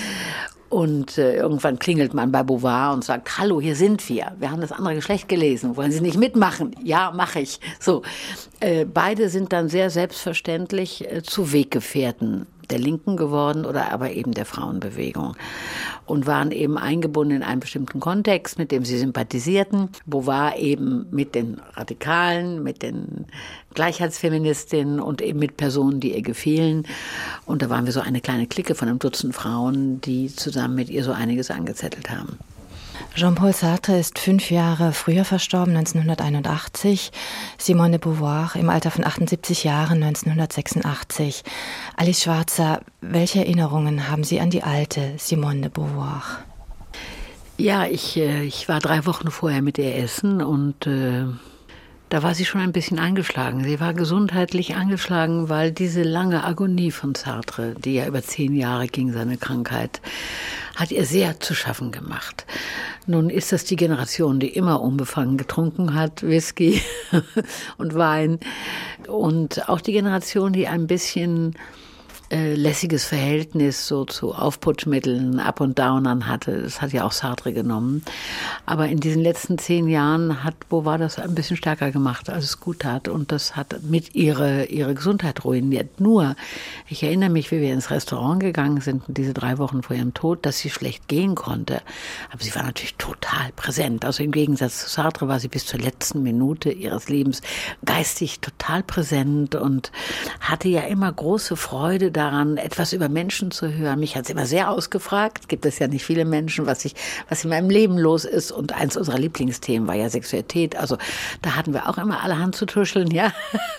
Und äh, irgendwann klingelt man bei Beauvoir und sagt, hallo, hier sind wir. Wir haben das andere Geschlecht gelesen. Wollen Sie nicht mitmachen? Ja, mache ich. So, äh, beide sind dann sehr selbstverständlich äh, zu Weggefährten der Linken geworden oder aber eben der Frauenbewegung und waren eben eingebunden in einen bestimmten Kontext, mit dem sie sympathisierten. Beauvoir eben mit den Radikalen, mit den Gleichheitsfeministinnen und eben mit Personen, die ihr gefielen. Und da waren wir so eine kleine Clique von einem Dutzend Frauen, die zusammen mit ihr so einiges angezettelt haben. Jean-Paul Sartre ist fünf Jahre früher verstorben, neunzehnhunderteinundachtzig. Simone de Beauvoir im Alter von achtundsiebzig Jahren, neunzehnhundertsechsundachtzig. Alice Schwarzer, welche Erinnerungen haben Sie an die alte Simone de Beauvoir? Ja, ich, ich war drei Wochen vorher mit ihr essen und äh, da war sie schon ein bisschen angeschlagen. Sie war gesundheitlich angeschlagen, weil diese lange Agonie von Sartre, die ja über zehn Jahre ging, seine Krankheit, hat ihr sehr zu schaffen gemacht. Nun ist das die Generation, die immer unbefangen getrunken hat, Whisky und Wein. Und auch die Generation, die ein bisschen äh, lässiges Verhältnis so zu Aufputschmitteln, Up- und Downern hatte. Das hat ja auch Sartre genommen. Aber in diesen letzten zehn Jahren hat Beauvoir das ein bisschen stärker gemacht, als es gut tat. Und das hat mit ihre, ihre Gesundheit ruiniert. Nur, ich erinnere mich, wie wir ins Restaurant gegangen sind, diese drei Wochen vor ihrem Tod, dass sie schlecht gehen konnte. Aber sie war natürlich total präsent. Also im Gegensatz zu Sartre war sie bis zur letzten Minute ihres Lebens geistig total präsent und hatte ja immer große Freude daran, etwas über Menschen zu hören. Mich hat es immer sehr ausgefragt. Gibt es ja nicht viele Menschen, was ich, was in meinem Leben los ist. Und eins unserer Lieblingsthemen war ja Sexualität. Also da hatten wir auch immer alle Hand zu tuscheln, ja.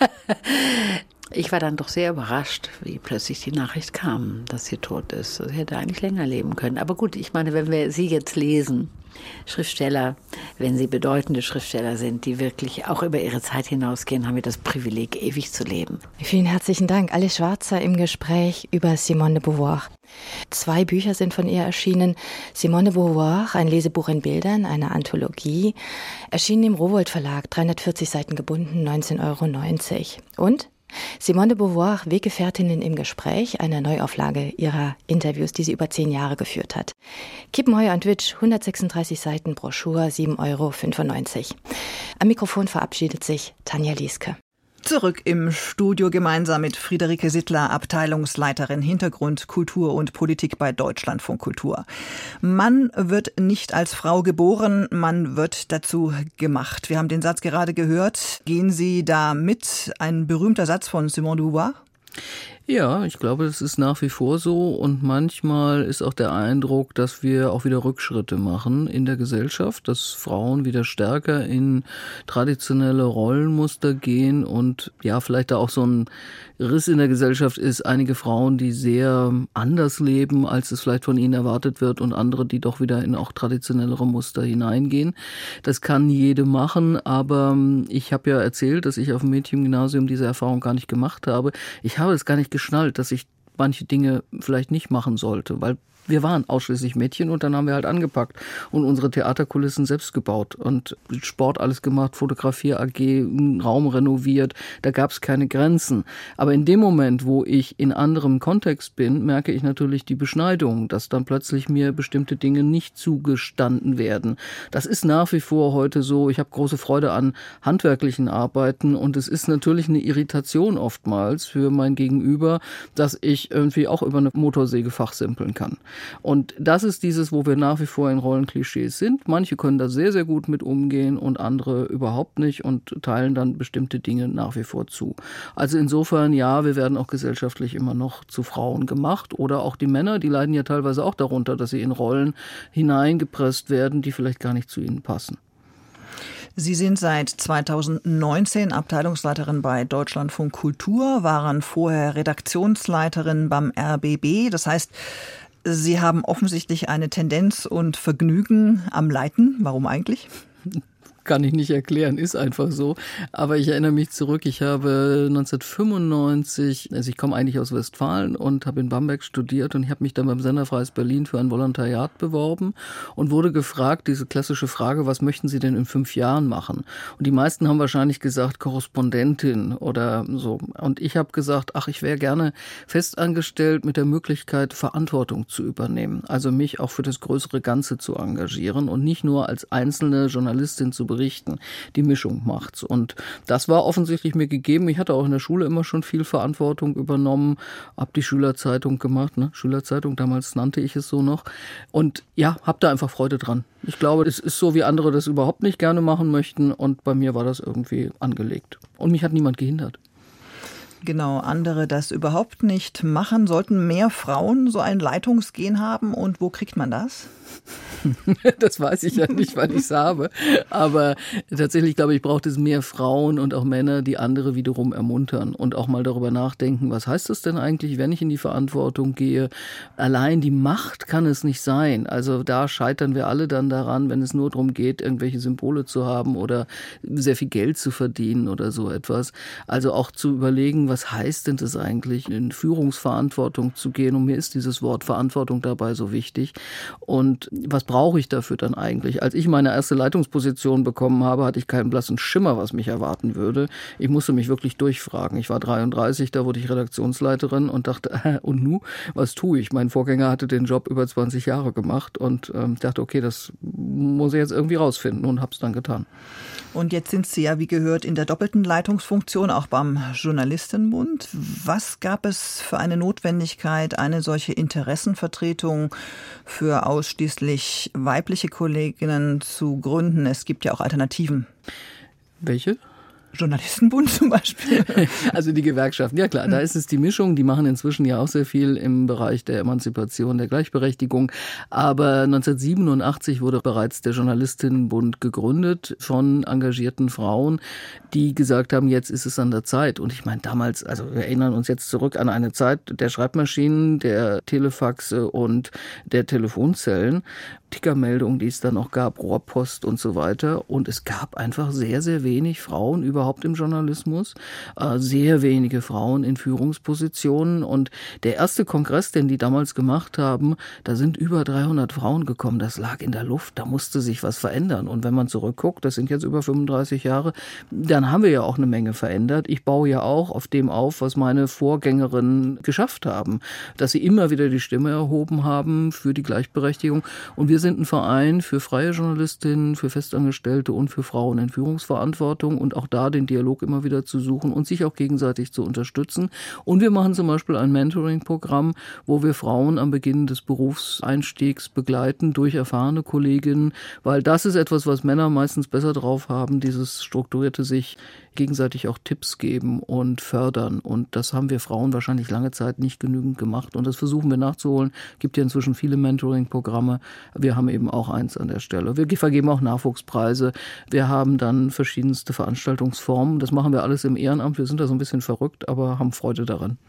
Ich war dann doch sehr überrascht, wie plötzlich die Nachricht kam, dass sie tot ist. Sie hätte eigentlich länger leben können. Aber gut, ich meine, wenn wir sie jetzt lesen, Schriftsteller, wenn sie bedeutende Schriftsteller sind, die wirklich auch über ihre Zeit hinausgehen, haben wir das Privileg, ewig zu leben. Vielen herzlichen Dank. Alice Schwarzer im Gespräch über Simone de Beauvoir. Zwei Bücher sind von ihr erschienen. Simone de Beauvoir, ein Lesebuch in Bildern, eine Anthologie, erschienen im Rowohlt Verlag, dreihundertvierzig Seiten gebunden, neunzehn Euro neunzig. Und Simone de Beauvoir, Weggefährtinnen im Gespräch, eine Neuauflage ihrer Interviews, die sie über zehn Jahre geführt hat. Kippenheuer und Witsch, hundertsechsunddreißig Seiten, Broschur, sieben Euro fünfundneunzig. Am Mikrofon verabschiedet sich Tanja Lieske. Zurück im Studio gemeinsam mit Friederike Sittler, Abteilungsleiterin Hintergrund, Kultur und Politik bei Deutschlandfunk Kultur. Man wird nicht als Frau geboren, man wird dazu gemacht. Wir haben den Satz gerade gehört. Gehen Sie da mit? Ein berühmter Satz von Simone de Beauvoir? Ja, ich glaube, das ist nach wie vor so und manchmal ist auch der Eindruck, dass wir auch wieder Rückschritte machen in der Gesellschaft, dass Frauen wieder stärker in traditionelle Rollenmuster gehen und ja, vielleicht da auch so ein Riss in der Gesellschaft ist, einige Frauen, die sehr anders leben, als es vielleicht von ihnen erwartet wird und andere, die doch wieder in auch traditionellere Muster hineingehen. Das kann jede machen, aber ich habe ja erzählt, dass ich auf dem Mädchengymnasium diese Erfahrung gar nicht gemacht habe. Ich habe es gar nicht geschnallt, dass ich manche Dinge vielleicht nicht machen sollte, weil wir waren ausschließlich Mädchen und dann haben wir halt angepackt und unsere Theaterkulissen selbst gebaut und Sport alles gemacht, Fotografie A G, Raum renoviert, da gab es keine Grenzen. Aber in dem Moment, wo ich in anderem Kontext bin, merke ich natürlich die Beschneidung, dass dann plötzlich mir bestimmte Dinge nicht zugestanden werden. Das ist nach wie vor heute so. Ich habe große Freude an handwerklichen Arbeiten und es ist natürlich eine Irritation oftmals für mein Gegenüber, dass ich irgendwie auch über eine Motorsäge fachsimpeln kann. Und das ist dieses, wo wir nach wie vor in Rollenklischees sind. Manche können da sehr, sehr gut mit umgehen und andere überhaupt nicht und teilen dann bestimmte Dinge nach wie vor zu. Also insofern, ja, wir werden auch gesellschaftlich immer noch zu Frauen gemacht oder auch die Männer, die leiden ja teilweise auch darunter, dass sie in Rollen hineingepresst werden, die vielleicht gar nicht zu ihnen passen. Sie sind seit zweitausendneunzehn Abteilungsleiterin bei Deutschlandfunk Kultur, waren vorher Redaktionsleiterin beim R B B. Das heißt, Sie haben offensichtlich eine Tendenz und Vergnügen am Leiten. Warum eigentlich? Kann ich nicht erklären, ist einfach so. Aber ich erinnere mich zurück, ich habe neunzehnhundertfünfundneunzig, also ich komme eigentlich aus Westfalen und habe in Bamberg studiert und ich habe mich dann beim Sender Freies Berlin für ein Volontariat beworben und wurde gefragt, diese klassische Frage, was möchten Sie denn in fünf Jahren machen? Und die meisten haben wahrscheinlich gesagt, Korrespondentin oder so. Und ich habe gesagt, ach, ich wäre gerne festangestellt mit der Möglichkeit, Verantwortung zu übernehmen. Also mich auch für das größere Ganze zu engagieren und nicht nur als einzelne Journalistin zu berichten. Die Mischung macht's. Und das war offensichtlich mir gegeben. Ich hatte auch in der Schule immer schon viel Verantwortung übernommen, habe die Schülerzeitung gemacht, ne? Schülerzeitung, damals nannte ich es so noch. Und ja, habe da einfach Freude dran. Ich glaube, es ist so, wie andere das überhaupt nicht gerne machen möchten. Und bei mir war das irgendwie angelegt. Und mich hat niemand gehindert. Genau, andere das überhaupt nicht machen. Sollten mehr Frauen so ein Leitungsgen haben? Und wo kriegt man das? Das weiß ich ja nicht, weil ich es habe. Aber tatsächlich, glaube ich, braucht es mehr Frauen und auch Männer, die andere wiederum ermuntern und auch mal darüber nachdenken, was heißt das denn eigentlich, wenn ich in die Verantwortung gehe? Allein die Macht kann es nicht sein. Also da scheitern wir alle dann daran, wenn es nur darum geht, irgendwelche Symbole zu haben oder sehr viel Geld zu verdienen oder so etwas. Also auch zu überlegen, was heißt denn das eigentlich, in Führungsverantwortung zu gehen? Und mir ist dieses Wort Verantwortung dabei so wichtig. Und was brauche ich dafür dann eigentlich? Als ich meine erste Leitungsposition bekommen habe, hatte ich keinen blassen Schimmer, was mich erwarten würde. Ich musste mich wirklich durchfragen. Ich war dreiunddreißig, da wurde ich Redaktionsleiterin und dachte, äh, und nu, was tue ich? Mein Vorgänger hatte den Job über zwanzig Jahre gemacht und ähm, dachte, okay, das muss ich jetzt irgendwie rausfinden und habe es dann getan. Und jetzt sind Sie ja, wie gehört, in der doppelten Leitungsfunktion, auch beim Journalistenbund. Was gab es für eine Notwendigkeit, eine solche Interessenvertretung für ausschließlich weibliche Kolleginnen zu gründen? Es gibt ja auch Alternativen. Welche? Journalistenbund zum Beispiel. Also die Gewerkschaften, ja klar, da ist es die Mischung. Die machen inzwischen ja auch sehr viel im Bereich der Emanzipation, der Gleichberechtigung. Aber neunzehnhundertsiebenundachtzig wurde bereits der Journalistinnenbund gegründet von engagierten Frauen, die gesagt haben, jetzt ist es an der Zeit. Und ich meine damals, also wir erinnern uns jetzt zurück an eine Zeit der Schreibmaschinen, der Telefaxe und der Telefonzellen. Tickermeldungen, die es dann auch gab, Rohrpost und so weiter. Und es gab einfach sehr, sehr wenig Frauen überhaupt im Journalismus, äh, sehr wenige Frauen in Führungspositionen. Und der erste Kongress, den die damals gemacht haben, da sind über dreihundert Frauen gekommen. Das lag in der Luft, da musste sich was verändern. Und wenn man zurückguckt, das sind jetzt über fünfunddreißig Jahre, dann haben wir ja auch eine Menge verändert. Ich baue ja auch auf dem auf, was meine Vorgängerinnen geschafft haben, dass sie immer wieder die Stimme erhoben haben für die Gleichberechtigung. Und wir sind ein Verein für freie Journalistinnen, für Festangestellte und für Frauen in Führungsverantwortung und auch da den Dialog immer wieder zu suchen und sich auch gegenseitig zu unterstützen. Und wir machen zum Beispiel ein Mentoring-Programm, wo wir Frauen am Beginn des Berufseinstiegs begleiten durch erfahrene Kolleginnen, weil das ist etwas, was Männer meistens besser drauf haben, dieses strukturierte sich gegenseitig auch Tipps geben und fördern. Und das haben wir Frauen wahrscheinlich lange Zeit nicht genügend gemacht. Und das versuchen wir nachzuholen. Es gibt ja inzwischen viele Mentoring-Programme. Wir haben eben auch eins an der Stelle. Wir vergeben auch Nachwuchspreise. Wir haben dann verschiedenste Veranstaltungsformen. Das machen wir alles im Ehrenamt. Wir sind da so ein bisschen verrückt, aber haben Freude daran.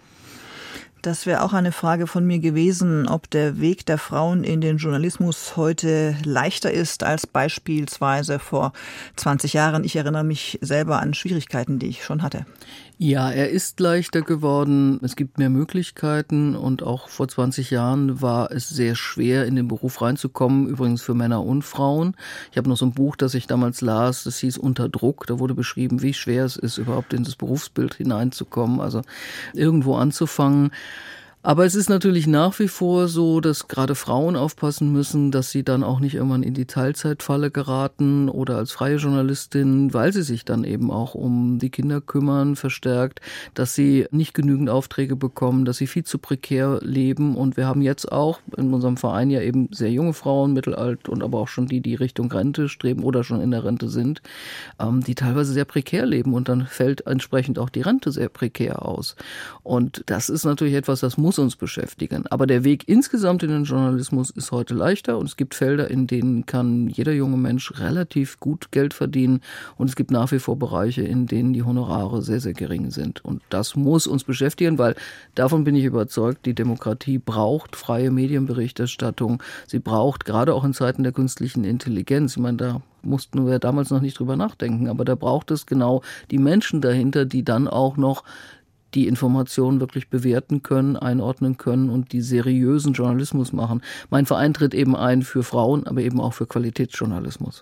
Das wäre auch eine Frage von mir gewesen, ob der Weg der Frauen in den Journalismus heute leichter ist als beispielsweise vor zwanzig Jahren. Ich erinnere mich selber an Schwierigkeiten, die ich schon hatte. Ja, er ist leichter geworden. Es gibt mehr Möglichkeiten und auch vor zwanzig Jahren war es sehr schwer, in den Beruf reinzukommen, übrigens für Männer und Frauen. Ich habe noch so ein Buch, das ich damals las, das hieß Unter Druck. Da wurde beschrieben, wie schwer es ist, überhaupt in das Berufsbild hineinzukommen, also irgendwo anzufangen. Aber es ist natürlich nach wie vor so, dass gerade Frauen aufpassen müssen, dass sie dann auch nicht irgendwann in die Teilzeitfalle geraten oder als freie Journalistin, weil sie sich dann eben auch um die Kinder kümmern, verstärkt, dass sie nicht genügend Aufträge bekommen, dass sie viel zu prekär leben. Und wir haben jetzt auch in unserem Verein ja eben sehr junge Frauen, mittelalt und aber auch schon die, die Richtung Rente streben oder schon in der Rente sind, die teilweise sehr prekär leben. Und dann fällt entsprechend auch die Rente sehr prekär aus. Und das ist natürlich etwas, das muss uns beschäftigen. Aber der Weg insgesamt in den Journalismus ist heute leichter und es gibt Felder, in denen kann jeder junge Mensch relativ gut Geld verdienen und es gibt nach wie vor Bereiche, in denen die Honorare sehr, sehr gering sind. Und das muss uns beschäftigen, weil davon bin ich überzeugt, die Demokratie braucht freie Medienberichterstattung. Sie braucht gerade auch in Zeiten der künstlichen Intelligenz, ich meine, da mussten wir damals noch nicht drüber nachdenken, aber da braucht es genau die Menschen dahinter, die dann auch noch die Informationen wirklich bewerten können, einordnen können und die seriösen Journalismus machen. Mein Verein tritt eben ein für Frauen, aber eben auch für Qualitätsjournalismus.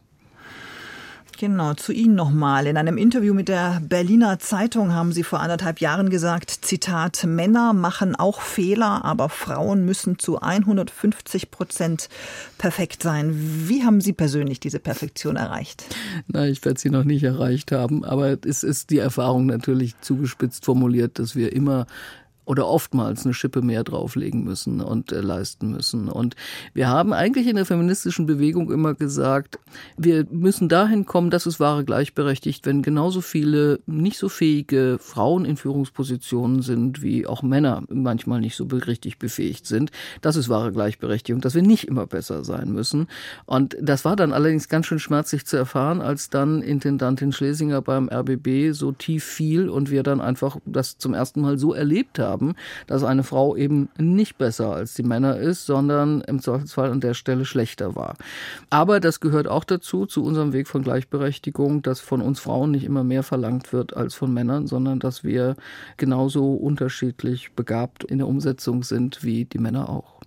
Genau, zu Ihnen nochmal. In einem Interview mit der Berliner Zeitung haben Sie vor anderthalb Jahren gesagt, Zitat, Männer machen auch Fehler, aber Frauen müssen zu hundertfünfzig Prozent perfekt sein. Wie haben Sie persönlich diese Perfektion erreicht? Na, ich werde sie noch nicht erreicht haben, aber es ist die Erfahrung natürlich zugespitzt formuliert, dass wir immer oder oftmals eine Schippe mehr drauflegen müssen und äh, leisten müssen. Und wir haben eigentlich in der feministischen Bewegung immer gesagt, wir müssen dahin kommen, dass es wahre gleichberechtigt, wenn genauso viele nicht so fähige Frauen in Führungspositionen sind, wie auch Männer manchmal nicht so richtig befähigt sind. Das ist wahre Gleichberechtigung, dass wir nicht immer besser sein müssen. Und das war dann allerdings ganz schön schmerzlich zu erfahren, als dann Intendantin Schlesinger beim R B B so tief fiel und wir dann einfach das zum ersten Mal so erlebt haben, dass eine Frau eben nicht besser als die Männer ist, sondern im Zweifelsfall an der Stelle schlechter war. Aber das gehört auch dazu, zu unserem Weg von Gleichberechtigung, dass von uns Frauen nicht immer mehr verlangt wird als von Männern, sondern dass wir genauso unterschiedlich begabt in der Umsetzung sind wie die Männer auch.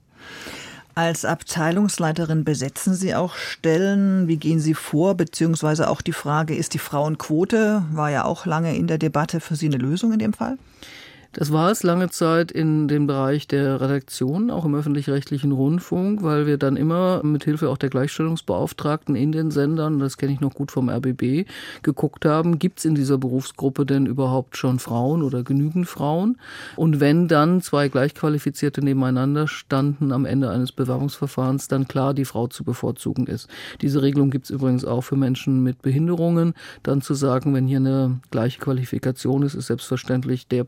Als Abteilungsleiterin besetzen Sie auch Stellen. Wie gehen Sie vor? Beziehungsweise auch die Frage, ist die Frauenquote, war ja auch lange in der Debatte, für Sie eine Lösung in dem Fall? Das war es lange Zeit in dem Bereich der Redaktion, auch im öffentlich-rechtlichen Rundfunk, weil wir dann immer mit Hilfe auch der Gleichstellungsbeauftragten in den Sendern, das kenne ich noch gut vom R B B, geguckt haben, gibt es in dieser Berufsgruppe denn überhaupt schon Frauen oder genügend Frauen? Und wenn dann zwei Gleichqualifizierte nebeneinander standen am Ende eines Bewerbungsverfahrens, dann klar die Frau zu bevorzugen ist. Diese Regelung gibt es übrigens auch für Menschen mit Behinderungen, dann zu sagen, wenn hier eine gleiche Qualifikation ist, ist selbstverständlich der Person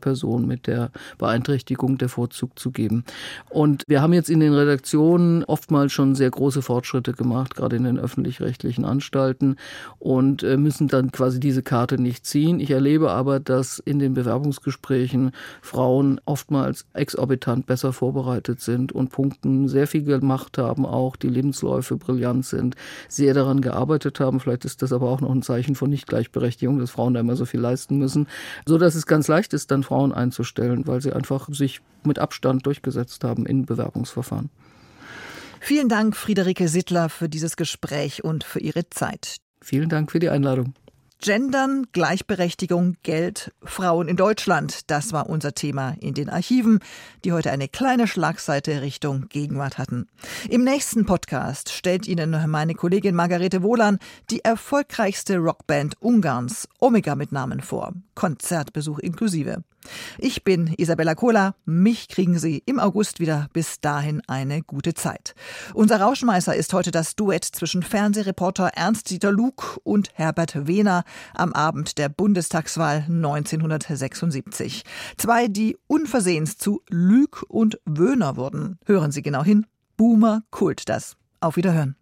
mit der Beeinträchtigung der Vorzug zu geben. Und wir haben jetzt in den Redaktionen oftmals schon sehr große Fortschritte gemacht, gerade in den öffentlich-rechtlichen Anstalten, und müssen dann quasi diese Karte nicht ziehen. Ich erlebe aber, dass in den Bewerbungsgesprächen Frauen oftmals exorbitant besser vorbereitet sind und punkten, sehr viel gemacht haben, auch die Lebensläufe brillant sind, sehr daran gearbeitet haben. Vielleicht ist das aber auch noch ein Zeichen von Nichtgleichberechtigung, dass Frauen da immer so viel leisten müssen, so dass es ganz leicht ist, dann Frauen einzustellen, weil sie einfach sich mit Abstand durchgesetzt haben in Bewerbungsverfahren. Vielen Dank, Friederike Sittler, für dieses Gespräch und für Ihre Zeit. Vielen Dank für die Einladung. Gendern, Gleichberechtigung, Geld, Frauen in Deutschland. Das war unser Thema in den Archiven, die heute eine kleine Schlagseite Richtung Gegenwart hatten. Im nächsten Podcast stellt Ihnen meine Kollegin Margarete Wohlan die erfolgreichste Rockband Ungarns, Omega mit Namen, vor. Konzertbesuch inklusive. Ich bin Isabella Kohler. Mich kriegen Sie im August wieder. Bis dahin eine gute Zeit. Unser Rauschmeißer ist heute das Duett zwischen Fernsehreporter Ernst-Dieter Lug und Herbert Wehner am Abend der Bundestagswahl neunzehnhundertsechsundsiebzig. Zwei, die unversehens zu Lüg und Wöhner wurden. Hören Sie genau hin. Boomer Kult das. Auf Wiederhören.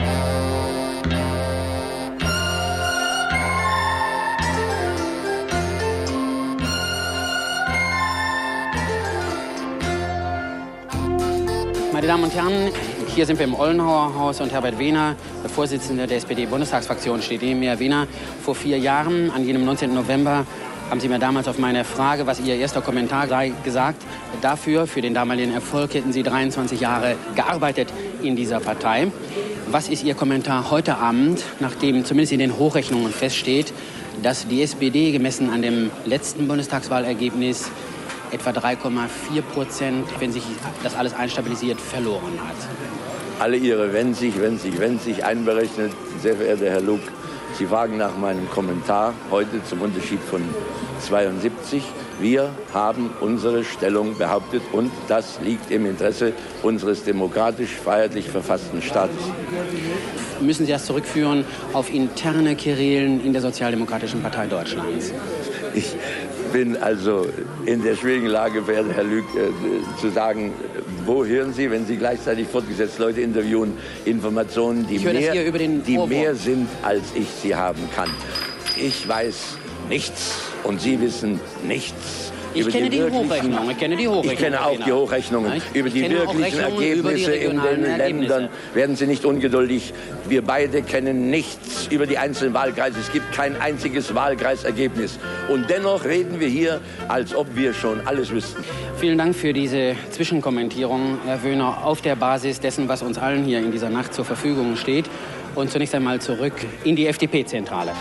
Meine Damen und Herren, hier sind wir im Ollenhauer Haus und Herbert Wehner, der Vorsitzende der S P D-Bundestagsfraktion, steht neben mir. Herr Wehner, vor vier Jahren, an jenem neunzehnten November, haben Sie mir damals auf meine Frage, was Ihr erster Kommentar sei, gesagt, dafür, für den damaligen Erfolg, hätten Sie dreiundzwanzig Jahre gearbeitet in dieser Partei. Was ist Ihr Kommentar heute Abend, nachdem zumindest in den Hochrechnungen feststeht, dass die S P D gemessen an dem letzten Bundestagswahlergebnis etwa drei Komma vier Prozent, wenn sich das alles einstabilisiert, verloren hat? Alle Ihre wenn sich, wenn sich, wenn sich einberechnet, sehr verehrter Herr Lug, Sie fragen nach meinem Kommentar heute zum Unterschied von zweiundsiebzig. Wir haben unsere Stellung behauptet und das liegt im Interesse unseres demokratisch-freiheitlich verfassten Staates. Müssen Sie das zurückführen auf interne Querelen in der Sozialdemokratischen Partei Deutschlands? Ich bin also in der schwierigen Lage, verehrter Herr Lüg, äh, zu sagen, wo hören Sie, wenn Sie gleichzeitig fortgesetzt Leute interviewen, Informationen, die, mehr, die mehr sind, als ich sie haben kann. Ich weiß nichts und Sie wissen nichts. Ich kenne die Hochrechnungen. Ich kenne die Hochrechnungen. Ich kenne auch die Hochrechnungen. Ich über die wirklichen Ergebnisse die in den Ländern werden Sie nicht ungeduldig. Wir beide kennen nichts über die einzelnen Wahlkreise. Es gibt kein einziges Wahlkreisergebnis. Und dennoch reden wir hier, als ob wir schon alles wüssten. Vielen Dank für diese Zwischenkommentierung, Herr Wöhner, auf der Basis dessen, was uns allen hier in dieser Nacht zur Verfügung steht. Und zunächst einmal zurück in die F D P-Zentrale.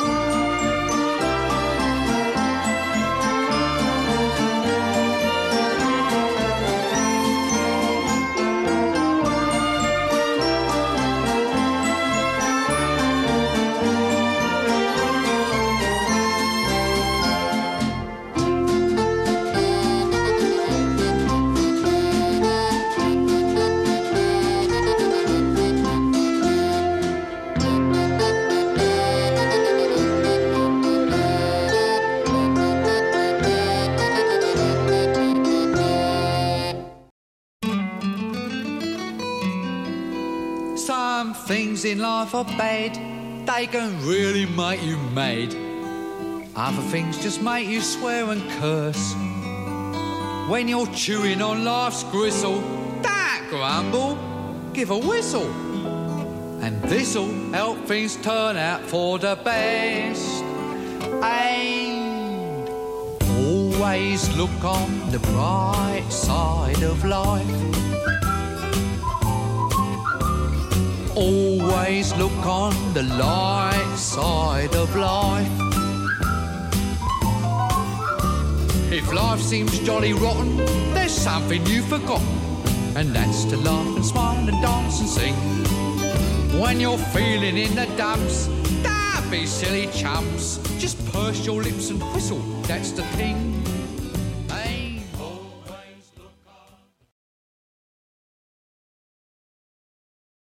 Things in life are bad, they can really make you mad. Other things just make you swear and curse. When you're chewing on life's gristle, don't grumble, give a whistle. And this'll help things turn out for the best. And always look on the bright side of life. Always look on the light side of life. If life seems jolly rotten, there's something you've forgotten, and that's to laugh and smile and dance and sing. When you're feeling in the dumps, don't be silly chumps. Just purse your lips and whistle, that's the thing.